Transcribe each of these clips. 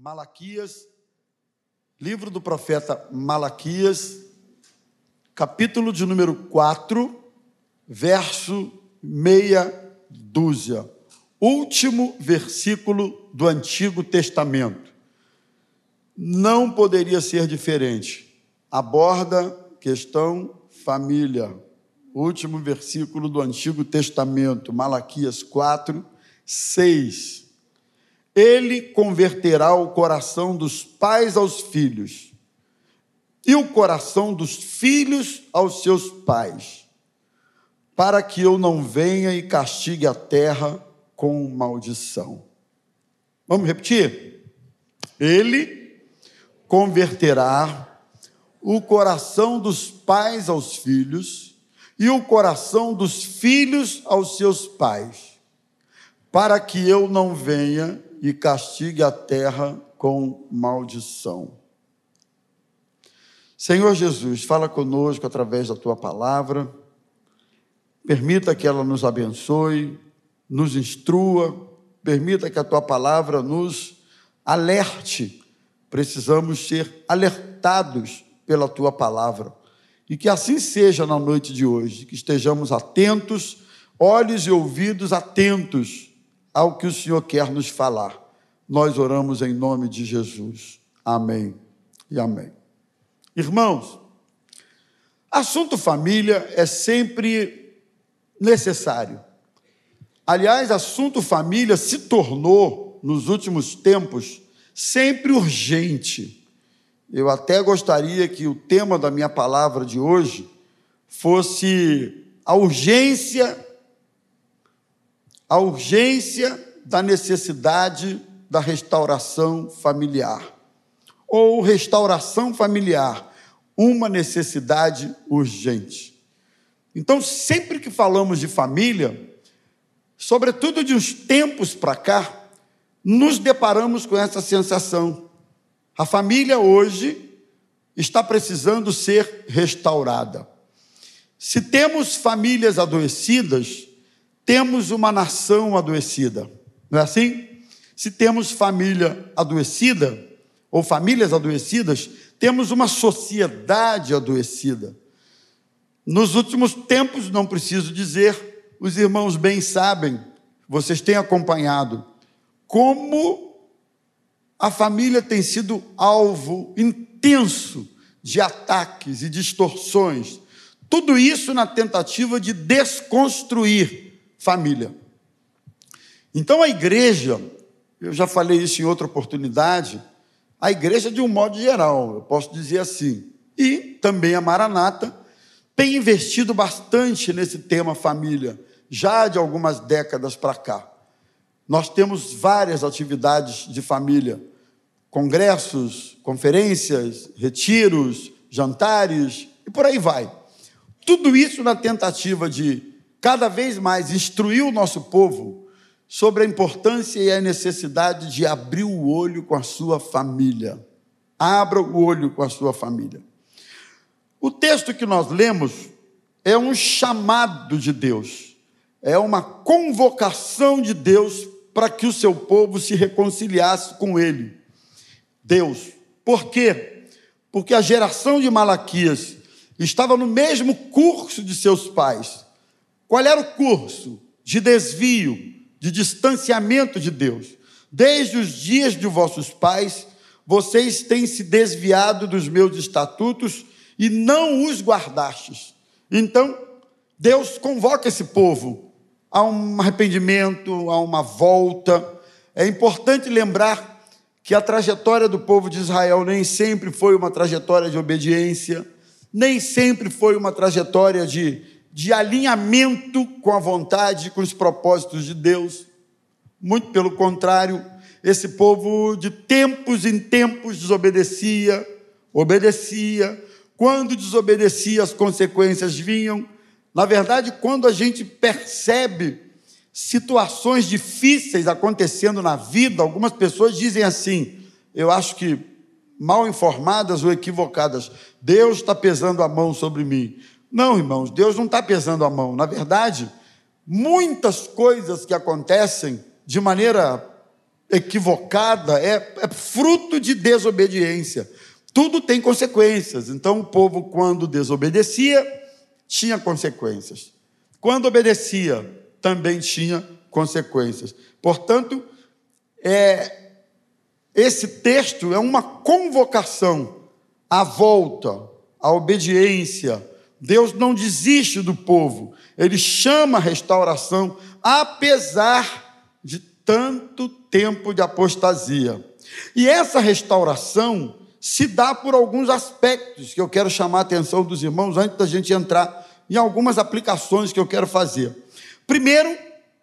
Malaquias, livro do profeta Malaquias, capítulo de número 4, verso meia dúzia. Último versículo do Antigo Testamento. Não poderia ser diferente. Aborda questão família. Último versículo do Antigo Testamento, Malaquias 4, 6. Ele converterá o coração dos pais aos filhos e o coração dos filhos aos seus pais, para que eu não venha e castigue a terra com maldição. Vamos repetir? Ele converterá o coração dos pais aos filhos e o coração dos filhos aos seus pais, para que eu não venha e castigue a terra com maldição. Senhor Jesus, fala conosco através da Tua palavra, permita que ela nos abençoe, nos instrua, permita que a Tua palavra nos alerte. Precisamos ser alertados pela Tua palavra, e que assim seja na noite de hoje, que estejamos atentos, olhos e ouvidos atentos ao que o Senhor quer nos falar. Nós oramos em nome de Jesus. Amém e amém. Irmãos, assunto família é sempre necessário. Aliás, assunto família se tornou, nos últimos tempos, sempre urgente. Eu até gostaria que o tema da minha palavra de hoje fosse a urgência da necessidade da restauração familiar, ou restauração familiar, uma necessidade urgente. Então, sempre que falamos de família, sobretudo de uns tempos para cá, nos deparamos com essa sensação. A família hoje está precisando ser restaurada. Se temos famílias adoecidas, temos uma nação adoecida, não é assim? Se temos família adoecida, ou famílias adoecidas, temos uma sociedade adoecida. Nos últimos tempos, não preciso dizer, os irmãos bem sabem, vocês têm acompanhado, como a família tem sido alvo intenso de ataques e distorções. Tudo isso na tentativa de desconstruir família. Então a igreja, eu já falei isso em outra oportunidade, a igreja de um modo geral, eu posso dizer assim, e também a Maranata, tem investido bastante nesse tema família, já de algumas décadas para cá. Nós temos várias atividades de família, congressos, conferências, retiros, jantares, e por aí vai. Tudo isso na tentativa de cada vez mais instruir o nosso povo sobre a importância e a necessidade de abrir o olho com a sua família. Abra o olho com a sua família. O texto que nós lemos é um chamado de Deus, é uma convocação de Deus para que o seu povo se reconciliasse com Ele. Deus. Por quê? Porque a geração de Malaquias estava no mesmo curso de seus pais. Qual era o curso? De desvio, de distanciamento de Deus. Desde os dias de vossos pais, vocês têm se desviado dos meus estatutos e não os guardastes. Então, Deus convoca esse povo a um arrependimento, a uma volta. É importante lembrar que a trajetória do povo de Israel nem sempre foi uma trajetória de obediência, nem sempre foi uma trajetória de alinhamento com a vontade, com os propósitos de Deus. Muito pelo contrário, esse povo de tempos em tempos desobedecia, obedecia. Quando desobedecia, as consequências vinham. Na verdade, quando a gente percebe situações difíceis acontecendo na vida, algumas pessoas dizem assim, eu acho que mal informadas ou equivocadas, Deus está pesando a mão sobre mim. Não, irmãos, Deus não está pesando a mão. Na verdade, muitas coisas que acontecem de maneira equivocada é fruto de desobediência. Tudo tem consequências. Então, o povo, quando desobedecia, tinha consequências. Quando obedecia, também tinha consequências. Portanto, esse texto é uma convocação à volta, à obediência. Deus não desiste do povo. Ele chama a restauração, apesar de tanto tempo de apostasia. E essa restauração se dá por alguns aspectos que eu quero chamar a atenção dos irmãos antes da gente entrar em algumas aplicações que eu quero fazer. Primeiro,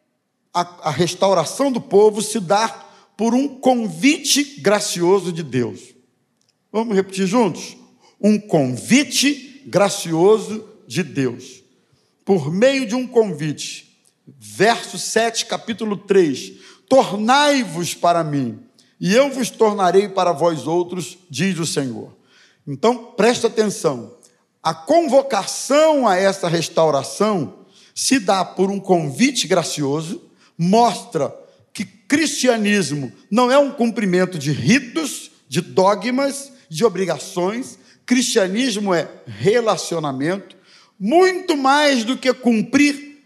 a restauração do povo se dá por um convite gracioso de Deus. Vamos repetir juntos? Um convite gracioso de Deus. Por meio de um convite. Verso 7, capítulo 3. Tornai-vos para mim, e eu vos tornarei para vós outros, diz o Senhor. Então, presta atenção. A convocação a essa restauração se dá por um convite gracioso, mostra que cristianismo não é um cumprimento de ritos, de dogmas, de obrigações. Cristianismo é relacionamento, muito mais do que cumprir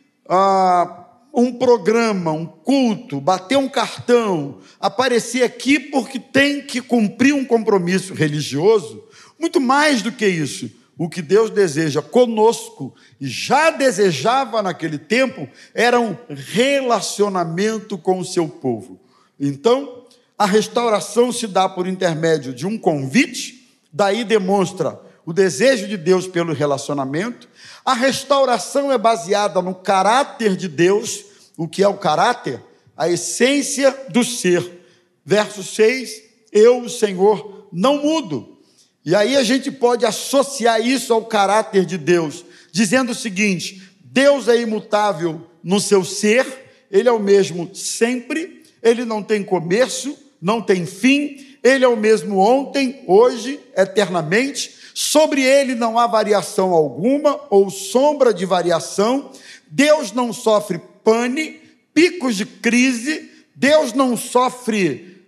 um programa, um culto, bater um cartão, aparecer aqui porque tem que cumprir um compromisso religioso. Muito mais do que isso. O que Deus deseja conosco, e já desejava naquele tempo, era um relacionamento com o seu povo. Então, a restauração se dá por intermédio de um convite, daí demonstra o desejo de Deus pelo relacionamento. A restauração é baseada no caráter de Deus. O que é o caráter? A essência do ser. Verso 6, eu, o Senhor, não mudo. E aí a gente pode associar isso ao caráter de Deus, dizendo o seguinte: Deus é imutável no seu ser, Ele é o mesmo sempre, Ele não tem começo, não tem fim, Ele é o mesmo ontem, hoje, eternamente, sobre Ele não há variação alguma, ou sombra de variação. Deus não sofre pane, picos de crise, Deus não sofre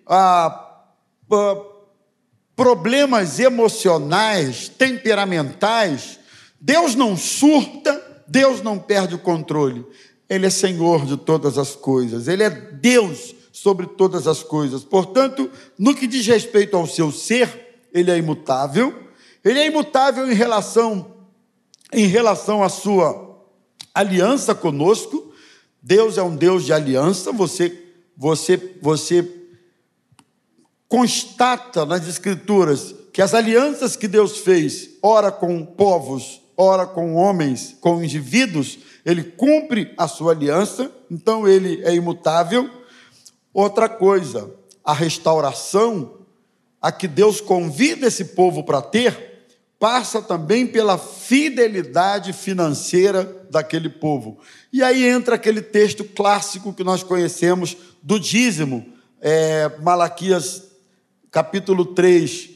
problemas emocionais, temperamentais. Deus não surta, Deus não perde o controle. Ele é Senhor de todas as coisas, Ele é Deus sobre todas as coisas. Portanto, no que diz respeito ao seu ser, Ele é imutável. Ele é imutável em relação à sua aliança conosco. Deus é um Deus de aliança. Você constata nas Escrituras que as alianças que Deus fez, ora com povos, ora com homens, com indivíduos, Ele cumpre a sua aliança, então Ele é imutável. Outra coisa, a restauração a que Deus convida esse povo para ter, passa também pela fidelidade financeira daquele povo. E aí entra aquele texto clássico que nós conhecemos do dízimo, Malaquias capítulo 3,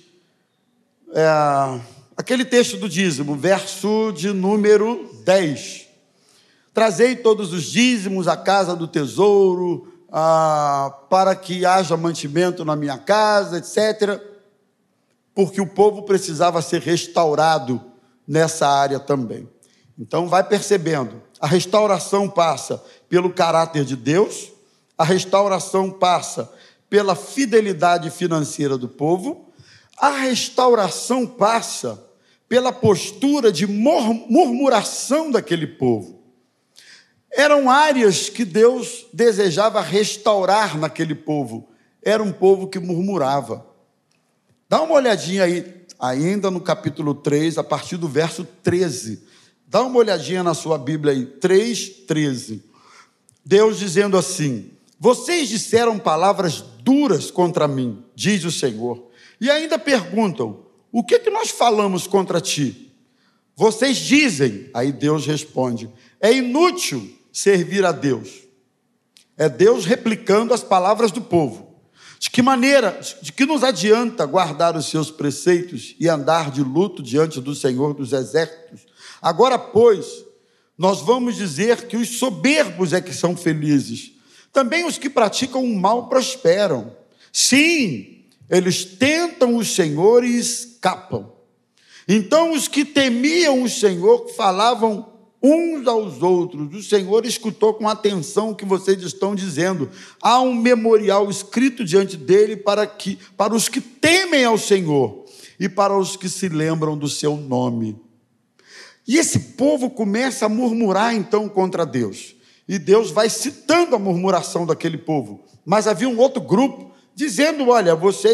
aquele texto do dízimo, verso de número 10. Trazei todos os dízimos à casa do tesouro, para que haja mantimento na minha casa, etc., porque o povo precisava ser restaurado nessa área também. Então, vai percebendo, a restauração passa pelo caráter de Deus, a restauração passa pela fidelidade financeira do povo, a restauração passa pela postura de murmuração daquele povo. Eram áreas que Deus desejava restaurar naquele povo. Era um povo que murmurava. Dá uma olhadinha aí, ainda no capítulo 3, a partir do verso 13. Dá uma olhadinha na sua Bíblia aí, 3:13. Deus dizendo assim: vocês disseram palavras duras contra mim, diz o Senhor, e ainda perguntam, o que nós falamos contra ti? Vocês dizem, aí Deus responde, é inútil servir a Deus. É Deus replicando as palavras do povo. De que maneira, de que nos adianta guardar os seus preceitos e andar de luto diante do Senhor dos exércitos? Agora, pois, nós vamos dizer que os soberbos é que são felizes. Também os que praticam o mal prosperam. Sim, eles tentam o Senhor e escapam. Então os que temiam o Senhor falavam uns aos outros. O Senhor escutou com atenção o que vocês estão dizendo. Há um memorial escrito diante dele para os que temem ao Senhor e para os que se lembram do seu nome. E esse povo começa a murmurar então contra Deus. E Deus vai citando a murmuração daquele povo. Mas havia um outro grupo dizendo, olha,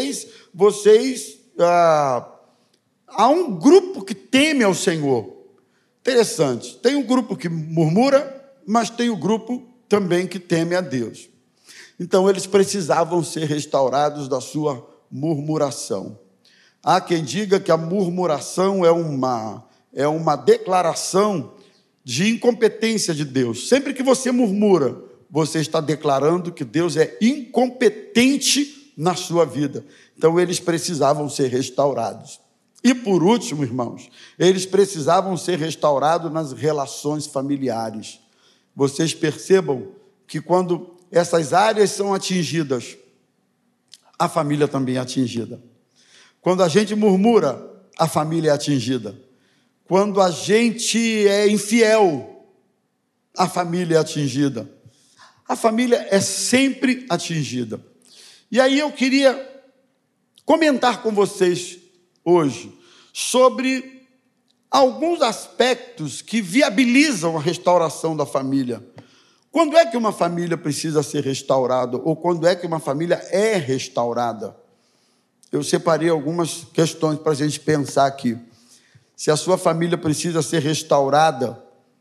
há um grupo que teme ao Senhor. Interessante, tem um grupo que murmura, mas tem o grupo também que teme a Deus. Então, eles precisavam ser restaurados da sua murmuração. Há quem diga que a murmuração é uma declaração de incompetência de Deus. Sempre que você murmura, você está declarando que Deus é incompetente na sua vida. Então, eles precisavam ser restaurados. E por último, irmãos, eles precisavam ser restaurados nas relações familiares. Vocês percebam que quando essas áreas são atingidas, a família também é atingida. Quando a gente murmura, a família é atingida. Quando a gente é infiel, a família é atingida. A família é sempre atingida. E aí eu queria comentar com vocês hoje sobre alguns aspectos que viabilizam a restauração da família. Quando é que uma família precisa ser restaurada? Ou quando é que uma família é restaurada? Eu separei algumas questões para a gente pensar aqui. Se a sua família precisa ser restaurada,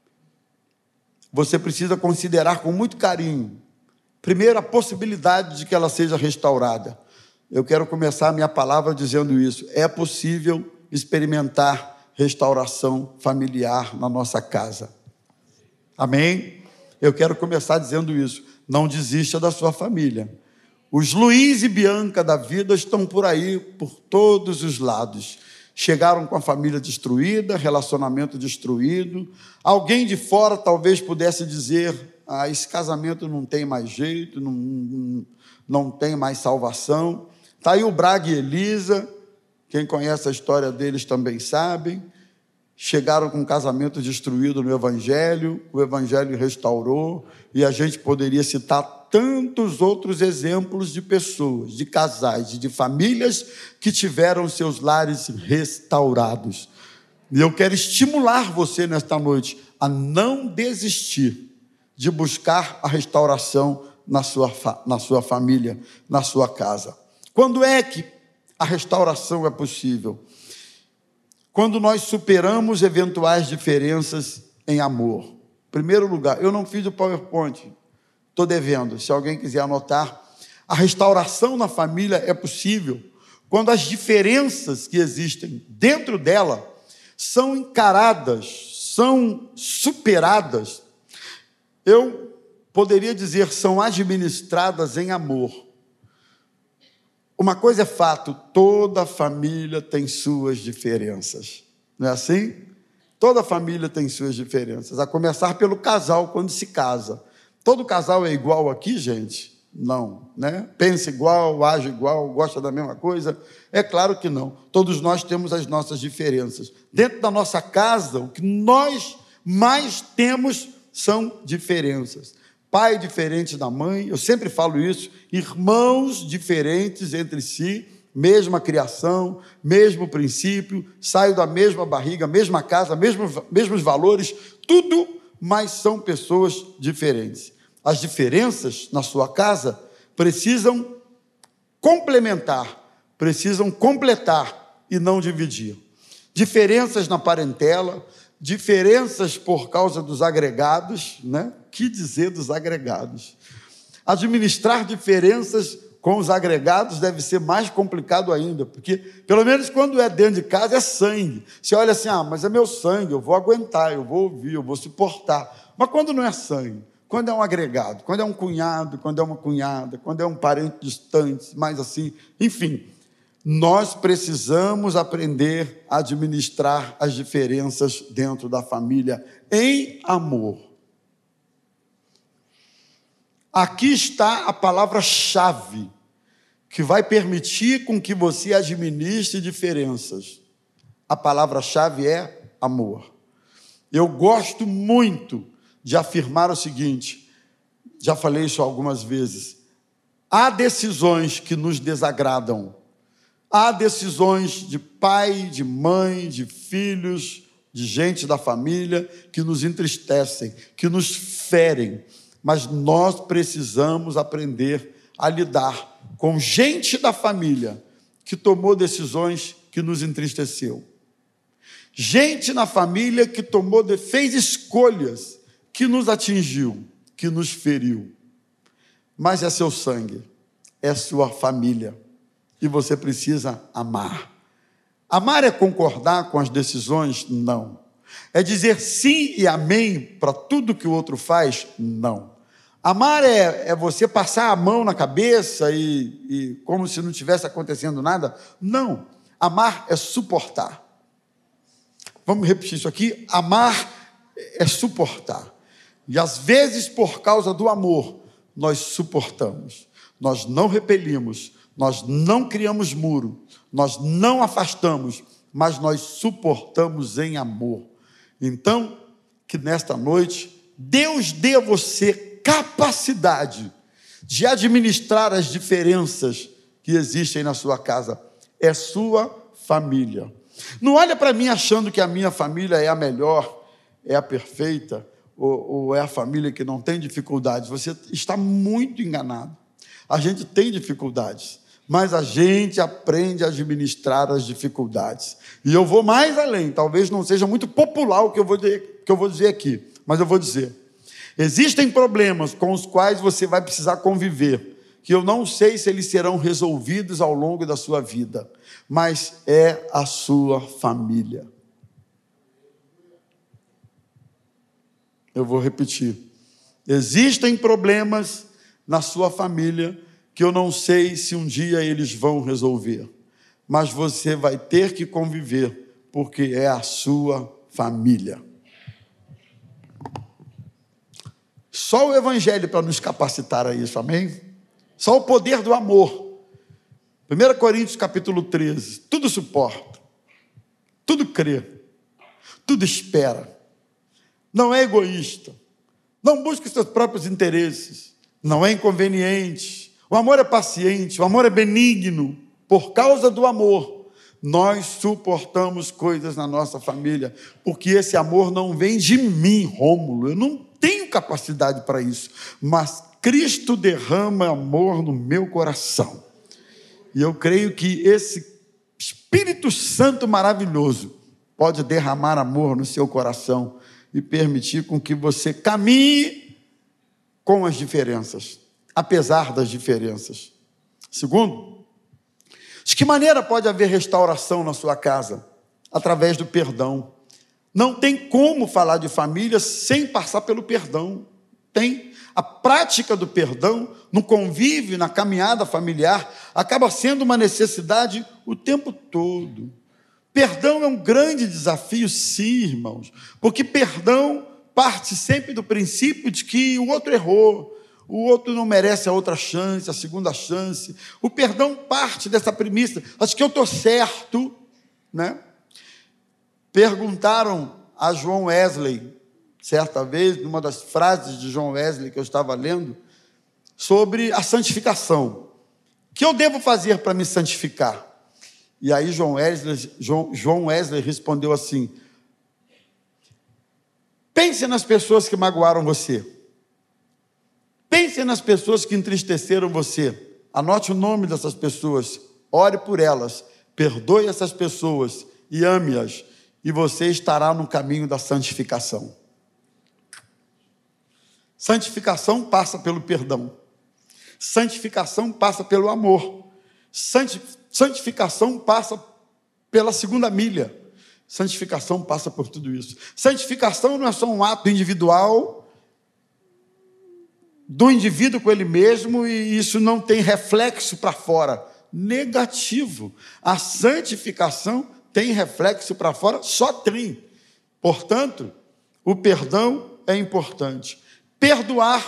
você precisa considerar com muito carinho, primeiro, a possibilidade de que ela seja restaurada. Eu quero começar a minha palavra dizendo isso. É possível experimentar restauração familiar na nossa casa. Amém? Eu quero começar dizendo isso. Não desista da sua família. Os Luiz e Bianca da vida estão por aí, por todos os lados. Chegaram com a família destruída, relacionamento destruído. Alguém de fora talvez pudesse dizer, esse casamento não tem mais jeito, não tem mais salvação. Está aí o Braga e Elisa, quem conhece a história deles também sabem. Chegaram com um casamento destruído no Evangelho, o Evangelho restaurou, e a gente poderia citar tantos outros exemplos de pessoas, de casais e de famílias que tiveram seus lares restaurados. E eu quero estimular você nesta noite a não desistir de buscar a restauração na sua família, na sua casa. Quando é que a restauração é possível? Quando nós superamos eventuais diferenças em amor. Em primeiro lugar, eu não fiz o PowerPoint, estou devendo, se alguém quiser anotar. A restauração na família é possível quando as diferenças que existem dentro dela são encaradas, são superadas. Eu poderia dizer, são administradas em amor. Uma coisa é fato, toda família tem suas diferenças, não é assim? Toda família tem suas diferenças, a começar pelo casal quando se casa. Todo casal é igual aqui, gente? Não, né? Pensa igual, age igual, gosta da mesma coisa? É claro que não. Todos nós temos as nossas diferenças. Dentro da nossa casa, o que nós mais temos são diferenças. Pai diferente da mãe, eu sempre falo isso, irmãos diferentes entre si, mesma criação, mesmo princípio, saio da mesma barriga, mesma casa, mesmos valores, tudo, mas são pessoas diferentes. As diferenças na sua casa precisam complementar, precisam completar e não dividir. Diferenças na parentela, diferenças por causa dos agregados, né? Que dizer dos agregados? Administrar diferenças com os agregados deve ser mais complicado ainda, porque, pelo menos quando é dentro de casa, é sangue. Você olha assim, mas é meu sangue, eu vou aguentar, eu vou ouvir, eu vou suportar. Mas quando não é sangue, quando é um agregado, quando é um cunhado, quando é uma cunhada, quando é um parente distante, mais assim, enfim, nós precisamos aprender a administrar as diferenças dentro da família em amor. Aqui está a palavra-chave que vai permitir com que você administre diferenças. A palavra-chave é amor. Eu gosto muito de afirmar o seguinte, já falei isso algumas vezes, há decisões que nos desagradam, há decisões de pai, de mãe, de filhos, de gente da família que nos entristecem, que nos ferem, mas nós precisamos aprender a lidar com gente da família que tomou decisões que nos entristeceu. Gente na família que fez escolhas que nos atingiu, que nos feriu. Mas é seu sangue, é sua família. E você precisa amar. Amar é concordar com as decisões? Não. É dizer sim e amém para tudo que o outro faz? Não. Amar é você passar a mão na cabeça e como se não tivesse acontecendo nada? Não. Amar é suportar. Vamos repetir isso aqui? Amar é suportar. E às vezes, por causa do amor, nós suportamos. Nós não repelimos, nós não criamos muro, nós não afastamos, mas nós suportamos em amor. Então, que nesta noite, Deus dê a você capacidade de administrar as diferenças que existem na sua casa. É sua família. Não olha para mim achando que a minha família é a melhor, é a perfeita, ou é a família que não tem dificuldades. Você está muito enganado. A gente tem dificuldades, mas a gente aprende a administrar as dificuldades. E eu vou mais além, talvez não seja muito popular o que eu vou dizer aqui, mas eu vou dizer. Existem problemas com os quais você vai precisar conviver, que eu não sei se eles serão resolvidos ao longo da sua vida, mas é a sua família. Eu vou repetir. Existem problemas na sua família que eu não sei se um dia eles vão resolver, mas você vai ter que conviver, porque é a sua família. Só o Evangelho para nos capacitar a isso, amém? Só o poder do amor. 1 Coríntios capítulo 13, tudo suporta, tudo crê, tudo espera, não é egoísta, não busca seus próprios interesses, não é inconveniente, o amor é paciente, o amor é benigno. Por causa do amor, nós suportamos coisas na nossa família, porque esse amor não vem de mim, Rômulo, eu não tenho capacidade para isso, mas Cristo derrama amor no meu coração, e eu creio que esse Espírito Santo maravilhoso pode derramar amor no seu coração e permitir com que você caminhe com as diferenças, apesar das diferenças. Segundo, de que maneira pode haver restauração na sua casa? Através do perdão. Não tem como falar de família sem passar pelo perdão. Tem. A prática do perdão, no convívio, na caminhada familiar, acaba sendo uma necessidade o tempo todo. Perdão é um grande desafio, sim, irmãos, porque perdão parte sempre do princípio de que o outro errou, o outro não merece a outra chance, a segunda chance. O perdão parte dessa premissa, acho que eu estou certo, né? Perguntaram a John Wesley, certa vez, numa das frases de John Wesley que eu estava lendo, sobre a santificação. O que eu devo fazer para me santificar? E aí John Wesley respondeu assim: pense nas pessoas que magoaram você. Pense nas pessoas que entristeceram você. Anote o nome dessas pessoas, ore por elas, perdoe essas pessoas e ame-as, e você estará no caminho da santificação. Santificação passa pelo perdão. Santificação passa pelo amor. Santificação passa pela segunda milha. Santificação passa por tudo isso. Santificação não é só um ato individual do indivíduo com ele mesmo, e isso não tem reflexo para fora. Negativo. A santificação tem reflexo para fora? Só tem. Portanto, o perdão é importante. Perdoar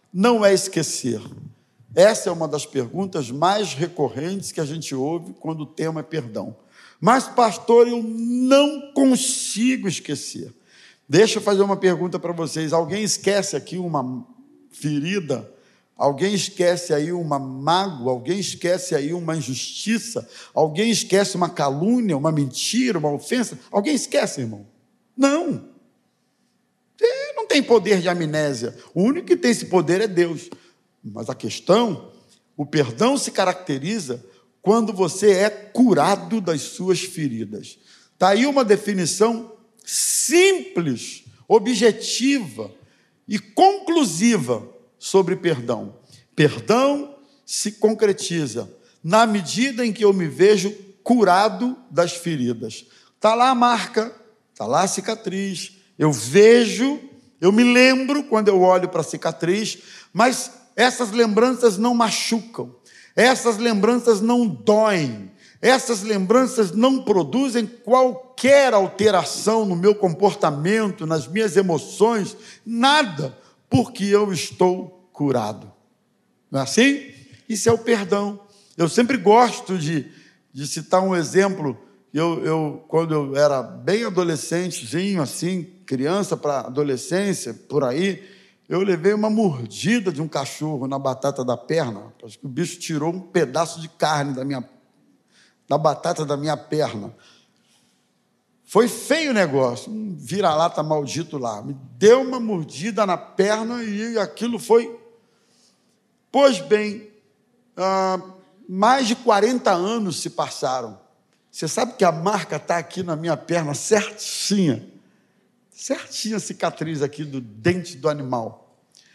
não é esquecer? Essa é uma das perguntas mais recorrentes que a gente ouve quando o tema é perdão. Mas, pastor, eu não consigo esquecer. Deixa eu fazer uma pergunta para vocês. Alguém esquece aqui uma ferida? Alguém esquece aí uma mágoa? Alguém esquece aí uma injustiça? Alguém esquece uma calúnia, uma mentira, uma ofensa? Alguém esquece, irmão? Não. Você não tem poder de amnésia. O único que tem esse poder é Deus. Mas a questão, o perdão se caracteriza quando você é curado das suas feridas. Está aí uma definição simples, objetiva e conclusiva sobre perdão. Perdão se concretiza na medida em que eu me vejo curado das feridas. Está lá a marca, está lá a cicatriz, eu vejo, eu me lembro quando eu olho para a cicatriz, mas essas lembranças não machucam, essas lembranças não doem, essas lembranças não produzem qualquer alteração no meu comportamento, nas minhas emoções, nada, porque eu estou curado. Não é assim? Isso é o perdão. Eu sempre gosto de citar um exemplo. Quando eu era bem adolescentezinho, assim, criança para adolescência, por aí, eu levei uma mordida de um cachorro na batata da perna. Acho que o bicho tirou um pedaço de carne da batata da minha perna. Foi feio o negócio, um vira-lata maldito lá. Me deu uma mordida na perna e aquilo foi... Pois bem, mais de 40 anos se passaram. Você sabe que a marca está aqui na minha perna, certinha a cicatriz aqui do dente do animal.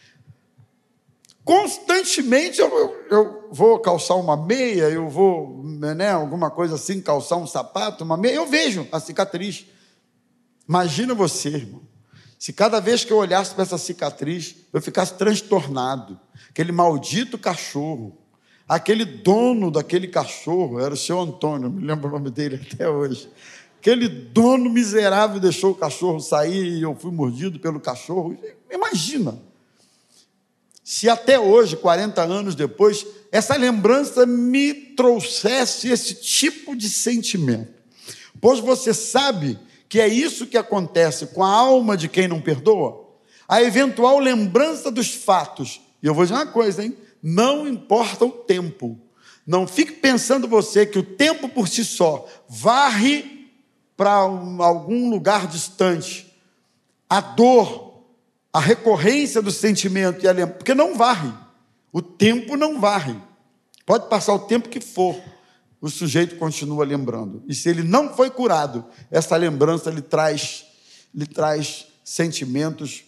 Constantemente eu vou calçar uma meia, eu vou, alguma coisa assim, calçar um sapato, uma meia, eu vejo a cicatriz. Imagina você, irmão, se cada vez que eu olhasse para essa cicatriz, eu ficasse transtornado. Aquele maldito cachorro, aquele dono daquele cachorro, era o seu Antônio, me lembro o nome dele até hoje. Aquele dono miserável deixou o cachorro sair e eu fui mordido pelo cachorro. Imagina, se até hoje, 40 anos depois, essa lembrança me trouxesse esse tipo de sentimento. Pois você sabe que é isso que acontece com a alma de quem não perdoa? A eventual lembrança dos fatos. E eu vou dizer uma coisa, hein? Não importa o tempo. Não fique pensando você que o tempo por si só varre para algum lugar distante. A dor, a recorrência do sentimento, porque não varre. O tempo não varre. Pode passar o tempo que for, o sujeito continua lembrando. E se ele não foi curado, essa lembrança lhe traz sentimentos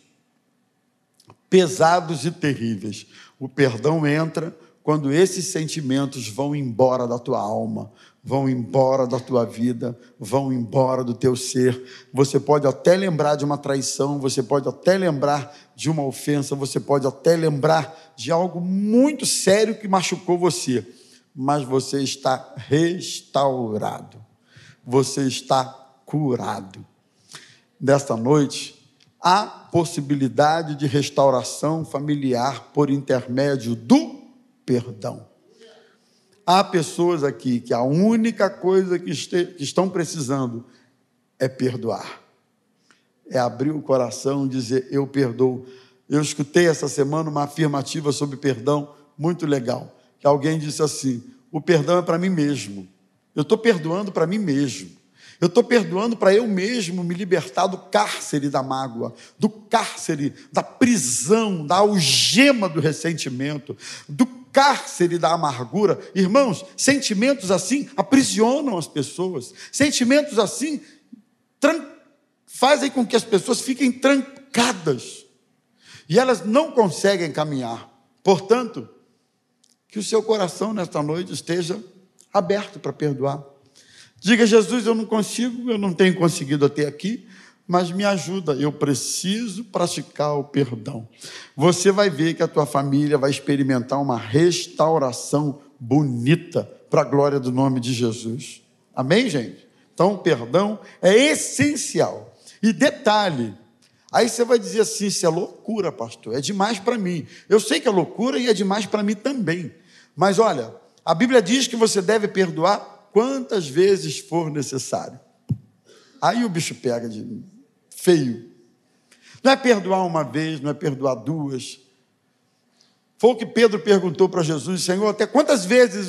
pesados e terríveis. O perdão entra quando esses sentimentos vão embora da tua alma, vão embora da tua vida, vão embora do teu ser. Você pode até lembrar de uma traição, você pode até lembrar de uma ofensa, você pode até lembrar de algo muito sério que machucou você, mas você está restaurado, você está curado. Nesta noite, há possibilidade de restauração familiar por intermédio do perdão. Há pessoas aqui que a única coisa que estão precisando é perdoar. É abrir o coração e dizer, eu perdoo. Eu escutei essa semana uma afirmativa sobre perdão muito legal. Que alguém disse assim, o perdão é para mim mesmo. Eu estou perdoando para mim mesmo. Eu estou perdoando para eu mesmo me libertar do cárcere da mágoa, do cárcere da prisão, da algema do ressentimento, do cárcere da amargura. Irmãos, sentimentos assim aprisionam as pessoas. Sentimentos assim fazem com que as pessoas fiquem trancadas. E elas não conseguem caminhar. Portanto, que o seu coração nesta noite esteja aberto para perdoar. Diga, Jesus, eu não consigo, eu não tenho conseguido até aqui, mas me ajuda, eu preciso praticar o perdão. Você vai ver que a tua família vai experimentar uma restauração bonita para a glória do nome de Jesus. Amém, gente? Então, o perdão é essencial. E detalhe, Aí você vai dizer assim, isso é loucura, pastor, é demais para mim. Eu sei que é loucura e é demais para mim também. Mas olha, a Bíblia diz que você deve perdoar quantas vezes for necessário. Aí o bicho pega de feio. Não é perdoar uma vez, não é perdoar duas. Foi o que Pedro perguntou para Jesus, Senhor, até quantas vezes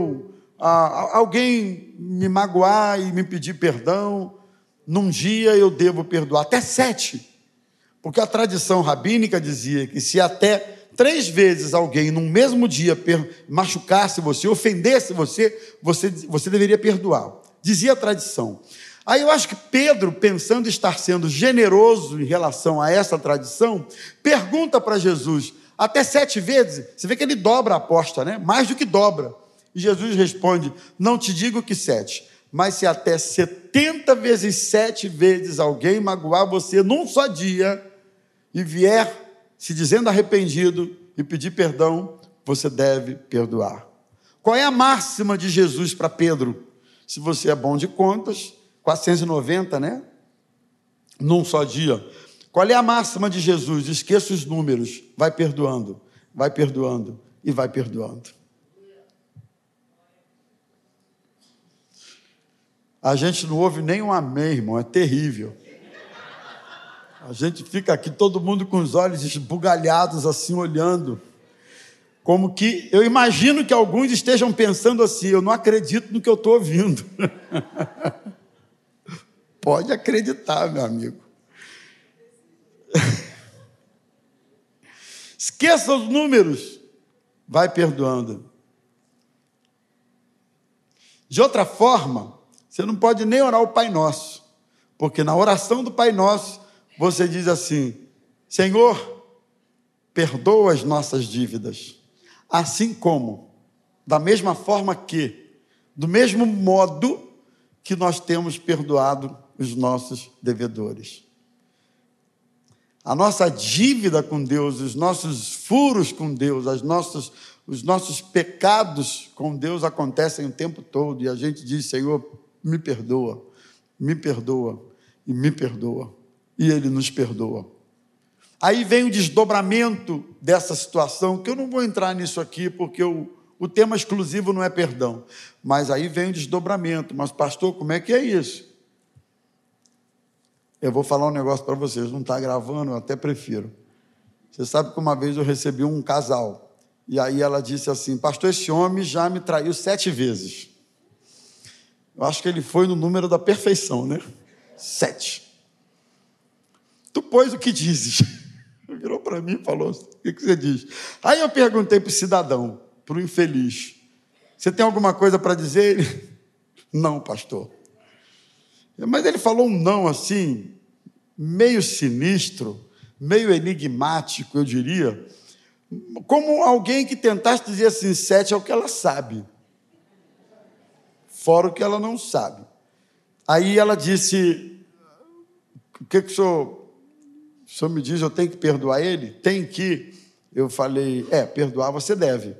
alguém me magoar e me pedir perdão, num dia eu devo perdoar? Até 7. Porque a tradição rabínica dizia que se até 3 vezes alguém num mesmo dia machucasse você, ofendesse você deveria perdoar. Dizia a tradição. Aí eu acho que Pedro, pensando estar sendo generoso em relação a essa tradição, pergunta para Jesus, até 7 vezes, você vê que ele dobra a aposta, né? Mais do que dobra. E Jesus responde, não te digo que 7, mas se até 70 vezes 7 vezes alguém magoar você num só dia, e vier se dizendo arrependido e pedir perdão, você deve perdoar. Qual é a máxima de Jesus para Pedro? Se você é bom de contas, 490, né? Num só dia. Qual é a máxima de Jesus? Esqueça os números. Vai perdoando e vai perdoando. A gente não ouve nem um amém, irmão. É terrível. A gente fica aqui, todo mundo com os olhos esbugalhados, assim, olhando. Como que, eu imagino que alguns estejam pensando assim, eu não acredito no que eu estou ouvindo. Pode acreditar, meu amigo. Esqueça os números. Vai perdoando. De outra forma, você não pode nem orar o Pai Nosso. Porque na oração do Pai Nosso, você diz assim, Senhor, perdoa as nossas dívidas, assim como, da mesma forma que, do mesmo modo que nós temos perdoado os nossos devedores. A nossa dívida com Deus, os nossos furos com Deus, os nossos pecados com Deus acontecem o tempo todo, e a gente diz, Senhor, me perdoa e me perdoa. E Ele nos perdoa. Aí vem o desdobramento dessa situação, que eu não vou entrar nisso aqui, porque o tema exclusivo não é perdão. Mas aí vem o desdobramento. Mas, pastor, como é que é isso? Eu vou falar um negócio para vocês, não está gravando, eu até prefiro. Você sabe que uma vez eu recebi um casal, e aí ela disse assim, pastor, esse homem já me traiu 7 vezes. Eu acho que ele foi no número da perfeição, né? 7. Tu, pois, o que dizes? Virou para mim e falou, o que você diz? Aí eu perguntei para o cidadão, para o infeliz, você tem alguma coisa para dizer? Ele, não, pastor. Mas ele falou um não assim, meio sinistro, meio enigmático, eu diria, como alguém que tentasse dizer assim, 7 é o que ela sabe, fora o que ela não sabe. Aí ela disse, o que o senhor me diz, eu tenho que perdoar ele? Tem que. Eu falei, perdoar você deve.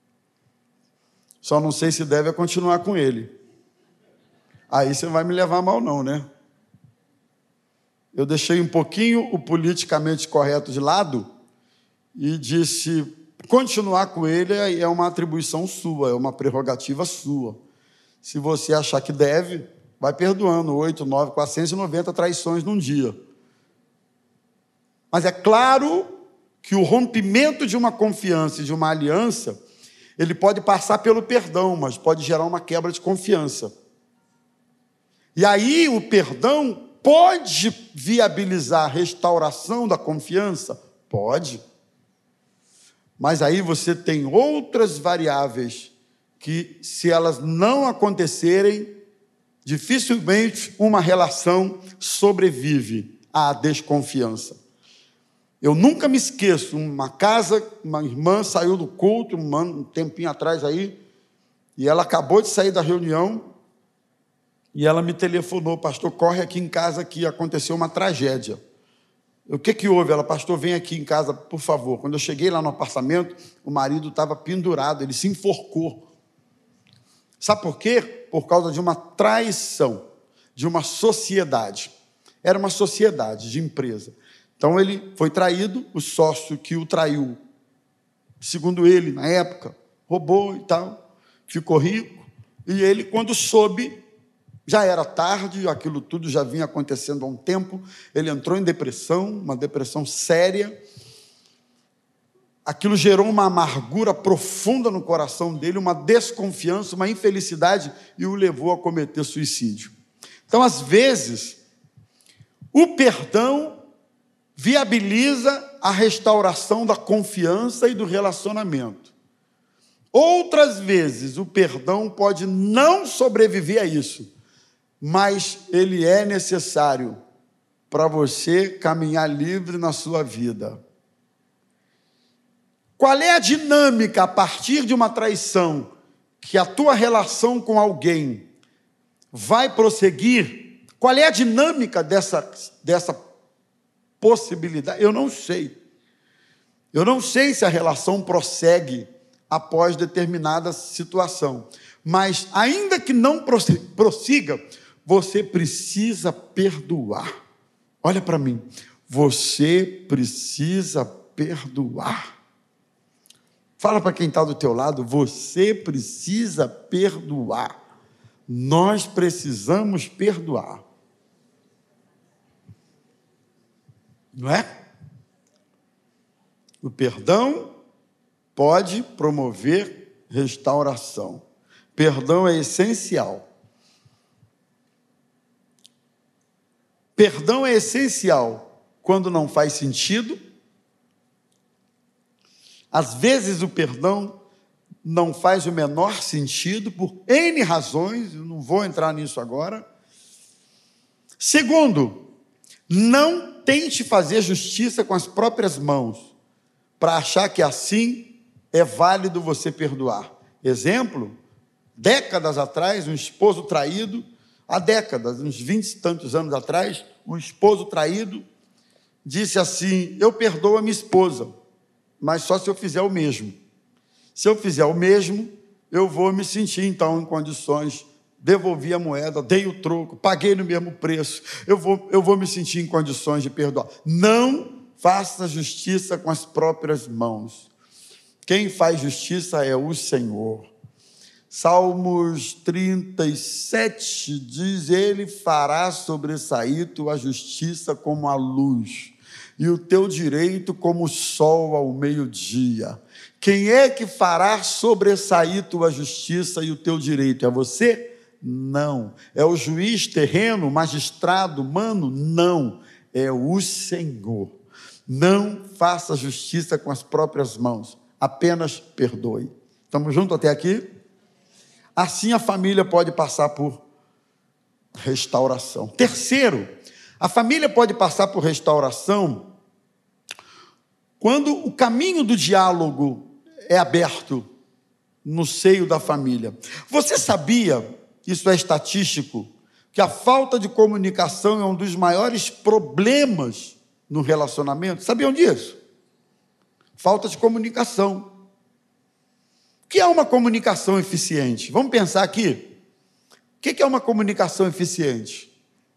Só não sei se deve continuar com ele. Aí você vai me levar mal não, né? Eu deixei um pouquinho o politicamente correto de lado e disse, continuar com ele é uma atribuição sua, é uma prerrogativa sua. Se você achar que deve, vai perdoando 8, 9, 490 traições num dia. Mas é claro que o rompimento de uma confiança e de uma aliança, ele pode passar pelo perdão, mas pode gerar uma quebra de confiança. E aí o perdão pode viabilizar a restauração da confiança? Pode. Mas aí você tem outras variáveis que, se elas não acontecerem, dificilmente uma relação sobrevive à desconfiança. Eu nunca me esqueço, uma irmã saiu do culto, um tempinho atrás aí, e ela acabou de sair da reunião, e ela me telefonou, pastor, corre aqui em casa que aconteceu uma tragédia. O que houve? Ela, pastor, vem aqui em casa, por favor. Quando eu cheguei lá no apartamento, o marido estava pendurado, ele se enforcou. Sabe por quê? Por causa de uma traição, de uma sociedade. Era uma sociedade de empresa. Então ele foi traído, o sócio que o traiu, segundo ele, na época, roubou e tal, ficou rico, e ele, quando soube, já era tarde, aquilo tudo já vinha acontecendo há um tempo, ele entrou em depressão, uma depressão séria, aquilo gerou uma amargura profunda no coração dele, uma desconfiança, uma infelicidade, e o levou a cometer suicídio. Então, às vezes, o perdão viabiliza a restauração da confiança e do relacionamento. Outras vezes, o perdão pode não sobreviver a isso, mas ele é necessário para você caminhar livre na sua vida. Qual é a dinâmica a partir de uma traição que a tua relação com alguém vai prosseguir? Qual é a dinâmica dessa possibilidade? Eu não sei. Eu não sei se a relação prossegue após determinada situação. Mas, ainda que não prossiga, você precisa perdoar. Olha para mim. Você precisa perdoar. Fala para quem está do teu lado, você precisa perdoar. Nós precisamos perdoar. Não é? O perdão pode promover restauração. Perdão é essencial. Perdão é essencial quando não faz sentido. Às vezes o perdão não faz o menor sentido por N razões, eu não vou entrar nisso agora. Segundo, não tente fazer justiça com as próprias mãos, para achar que assim é válido você perdoar. Exemplo, décadas atrás, um esposo traído, há décadas, uns 20 e tantos anos atrás, um esposo traído disse assim: eu perdoo a minha esposa, mas só se eu fizer o mesmo. Se eu fizer o mesmo, eu vou me sentir, então, em condições, devolvi a moeda, dei o troco, paguei no mesmo preço, eu vou me sentir em condições de perdoar. Não faça justiça com as próprias mãos. Quem faz justiça é o Senhor. Salmos 37 diz: ele fará sobressair tua justiça como a luz, e o teu direito como o sol ao meio-dia. Quem é que fará sobressair tua justiça e o teu direito? É você? Não. É o juiz terreno, magistrado humano? Não. É o Senhor. Não faça justiça com as próprias mãos, apenas perdoe. Estamos juntos até aqui? Assim a família pode passar por restauração. Terceiro, a família pode passar por restauração quando o caminho do diálogo é aberto no seio da família. Você sabia, isso é estatístico, que a falta de comunicação é um dos maiores problemas no relacionamento? Sabiam disso? Falta de comunicação. O que é uma comunicação eficiente? Vamos pensar aqui. O que é uma comunicação eficiente?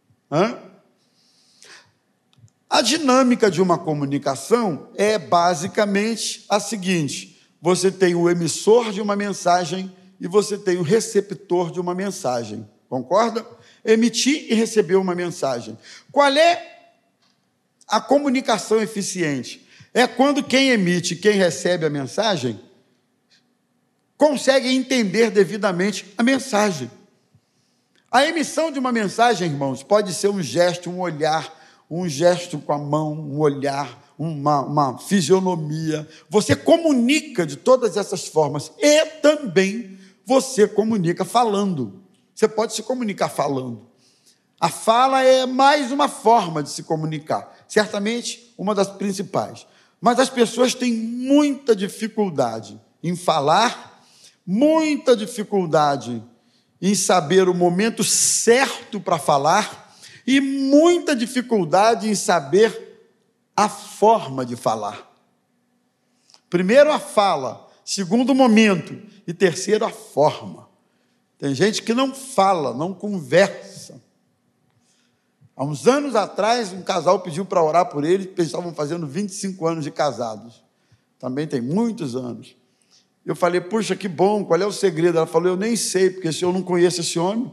A dinâmica de uma comunicação é basicamente a seguinte: você tem o emissor de uma mensagem e você tem o receptor de uma mensagem. Concorda? Emitir e receber uma mensagem. Qual é a comunicação eficiente? É quando quem emite e quem recebe a mensagem conseguem entender devidamente a mensagem. A emissão de uma mensagem, irmãos, pode ser um gesto, um olhar, um gesto com a mão, um olhar, uma fisionomia. Você comunica de todas essas formas e também você comunica falando. Você pode se comunicar falando. A fala é mais uma forma de se comunicar, certamente uma das principais. Mas as pessoas têm muita dificuldade em falar, muita dificuldade em saber o momento certo para falar e muita dificuldade em saber a forma de falar. Primeiro a fala, segundo o momento e terceiro a forma. Tem gente que não fala, não conversa. Há uns anos atrás, um casal pediu para orar por eles, porque eles estavam fazendo 25 anos de casados. Também tem muitos anos. Eu falei, puxa, que bom, qual é o segredo? Ela falou, eu nem sei, porque se eu não conheço esse homem.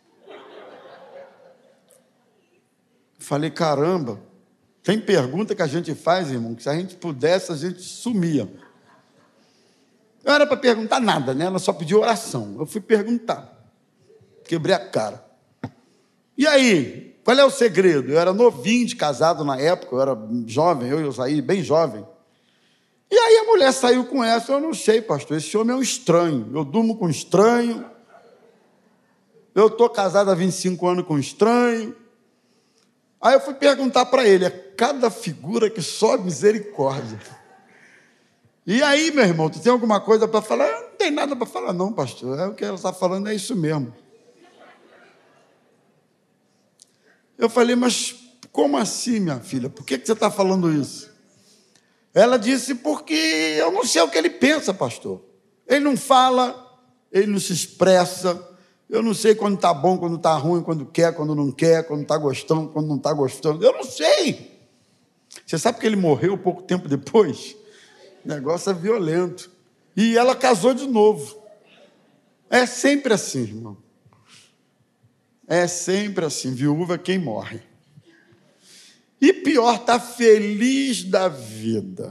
Eu falei, caramba, tem pergunta que a gente faz, irmão, que se a gente pudesse, a gente sumia. Não era para perguntar nada, né? Ela só pediu oração. Eu fui perguntar. Quebrei a cara. E aí, qual é o segredo? Eu era novinho de casado na época, eu era jovem, eu saí bem jovem. E aí a mulher saiu com essa, eu não sei, pastor, esse homem é um estranho, eu durmo com um estranho, eu estou casado há 25 anos com um estranho. Aí eu fui perguntar para ele, é cada figura que só misericórdia. E aí, meu irmão, tu tem alguma coisa para falar? Eu não tenho nada para falar não, pastor, o que ela está falando é isso mesmo. Eu falei, mas como assim, minha filha? Por que você está falando isso? Ela disse, porque eu não sei o que ele pensa, pastor. Ele não fala, ele não se expressa. Eu não sei quando está bom, quando está ruim, quando quer, quando não quer, quando está gostando, quando não está gostando. Eu não sei. Você sabe que ele morreu pouco tempo depois? O negócio é violento. E ela casou de novo. É sempre assim, irmão. É sempre assim. Viúva é quem morre. E pior, está feliz da vida.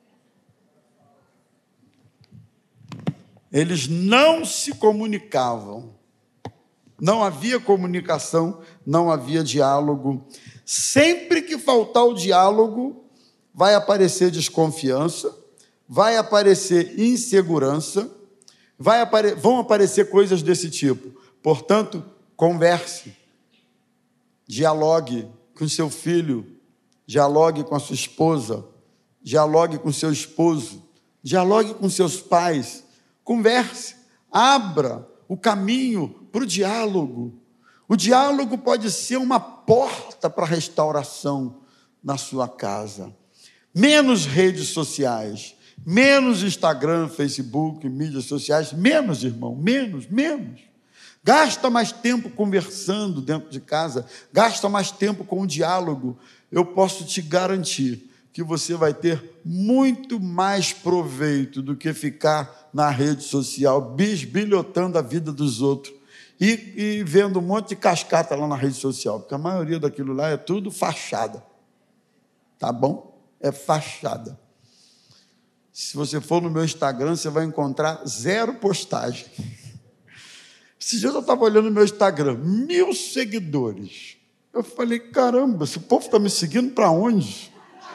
Eles não se comunicavam. Não havia comunicação, não havia diálogo. Sempre que faltar o diálogo, vai aparecer desconfiança, vai aparecer insegurança, vão aparecer coisas desse tipo. Portanto, converse, dialogue com seu filho, dialogue com a sua esposa, dialogue com seu esposo, dialogue com seus pais, converse, abra o caminho para o diálogo. O diálogo pode ser uma porta para a restauração na sua casa. Menos redes sociais, menos Instagram, Facebook, mídias sociais, menos, irmão, menos. Gasta mais tempo conversando dentro de casa, gasta mais tempo com o diálogo. Eu posso te garantir que você vai ter muito mais proveito do que ficar na rede social bisbilhotando a vida dos outros e vendo um monte de cascata lá na rede social, porque a maioria daquilo lá é tudo fachada, tá bom? É fachada. Se você for no meu Instagram, você vai encontrar 0 postagem. Esses dias eu estava olhando no meu Instagram, 1000 seguidores. Eu falei, caramba, esse povo está me seguindo para onde?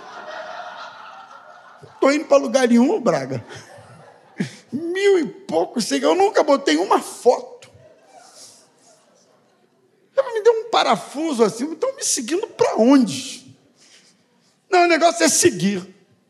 Estou indo para lugar nenhum, Braga. 1000 e poucos seguidores, eu nunca botei uma foto. Me deu um parafuso assim, estão me seguindo para onde? Não, o negócio é seguir.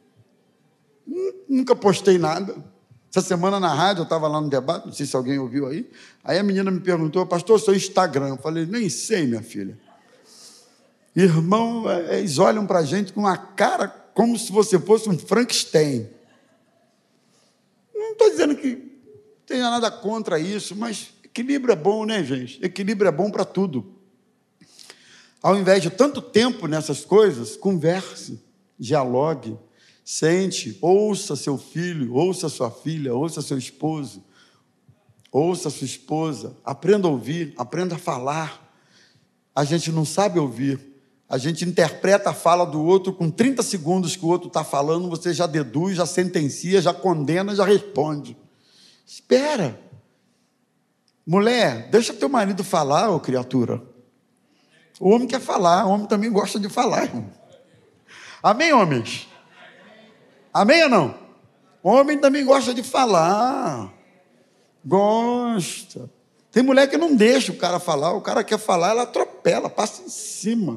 Nunca postei nada. Essa semana na rádio, eu estava lá no debate, não sei se alguém ouviu aí. Aí a menina me perguntou, pastor, seu Instagram? Eu falei, nem sei, minha filha. Irmão, eles olham para a gente com a cara como se você fosse um Frankenstein. Não estou dizendo que tenha nada contra isso, mas equilíbrio é bom, né, gente? Equilíbrio é bom para tudo. Ao invés de tanto tempo nessas coisas, converse, dialogue, sente, ouça seu filho, ouça sua filha, ouça seu esposo, ouça sua esposa, aprenda a ouvir, aprenda a falar. A gente não sabe ouvir, a gente interpreta a fala do outro com 30 segundos que o outro está falando, você já deduz, já sentencia, já condena, já responde. Espera. Mulher, deixa teu marido falar, ô criatura. O homem quer falar, o homem também gosta de falar, irmão. Amém, homens? Amém ou não? O homem também gosta de falar. Gosta. Tem mulher que não deixa o cara falar, o cara quer falar, ela atropela, passa em cima.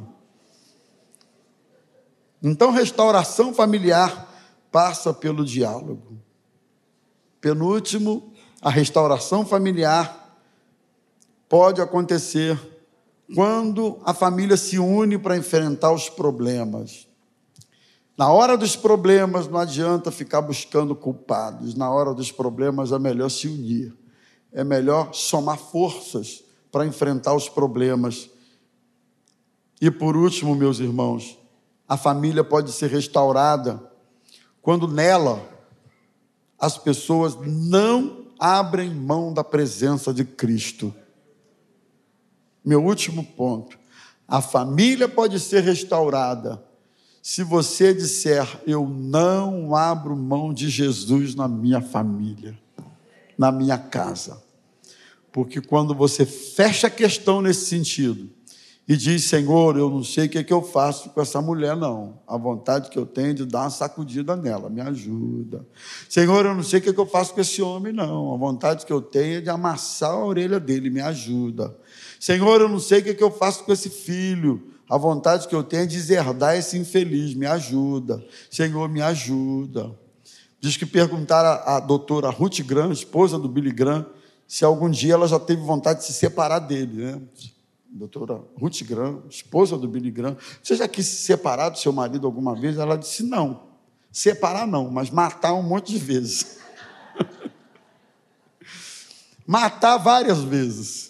Então, restauração familiar passa pelo diálogo. Penúltimo, a restauração familiar pode acontecer quando a família se une para enfrentar os problemas. Na hora dos problemas, não adianta ficar buscando culpados. Na hora dos problemas, é melhor se unir. É melhor somar forças para enfrentar os problemas. E por último, meus irmãos, a família pode ser restaurada quando nela as pessoas não abrem mão da presença de Cristo. Meu último ponto. A família pode ser restaurada se você disser: eu não abro mão de Jesus na minha família, na minha casa. Porque quando você fecha a questão nesse sentido e diz: Senhor, eu não sei o que eu faço com essa mulher, não. A vontade que eu tenho é de dar uma sacudida nela, me ajuda. Senhor, eu não sei o que eu faço com esse homem, não. A vontade que eu tenho é de amassar a orelha dele, me ajuda. Senhor, eu não sei o que eu faço com esse filho. A vontade que eu tenho é de deserdar esse infeliz, me ajuda. Senhor, me ajuda. Diz que perguntaram à doutora Ruth Graham, esposa do Billy Graham, se algum dia ela já teve vontade de se separar dele, né? Doutora Ruth Graham, esposa do Billy Graham, você já quis se separar do seu marido alguma vez? Ela disse: não, separar não, mas matar um monte de vezes. Matar várias vezes.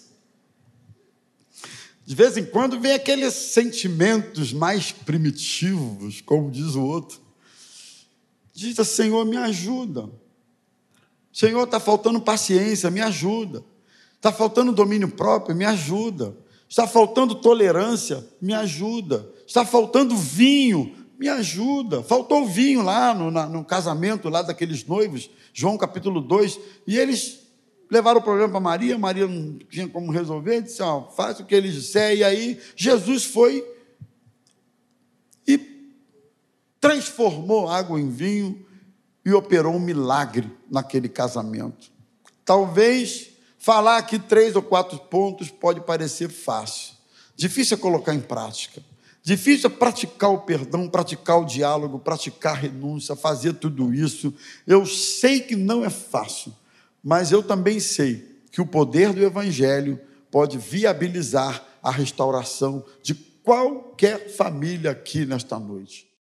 De vez em quando vem aqueles sentimentos mais primitivos, como diz o outro. Diz: Senhor, me ajuda. Senhor, está faltando paciência, me ajuda. Está faltando domínio próprio, me ajuda. Está faltando tolerância, me ajuda. Está faltando vinho, me ajuda. Faltou vinho lá no casamento lá daqueles noivos, João capítulo 2, e eles levaram o problema para Maria não tinha como resolver, disse: faz o que eles disserem. E aí Jesus foi e transformou água em vinho e operou um milagre naquele casamento. Talvez falar aqui 3 ou 4 pontos pode parecer fácil. Difícil é colocar em prática. Difícil é praticar o perdão, praticar o diálogo, praticar a renúncia, fazer tudo isso. Eu sei que não é fácil, mas eu também sei que o poder do Evangelho pode viabilizar a restauração de qualquer família aqui nesta noite.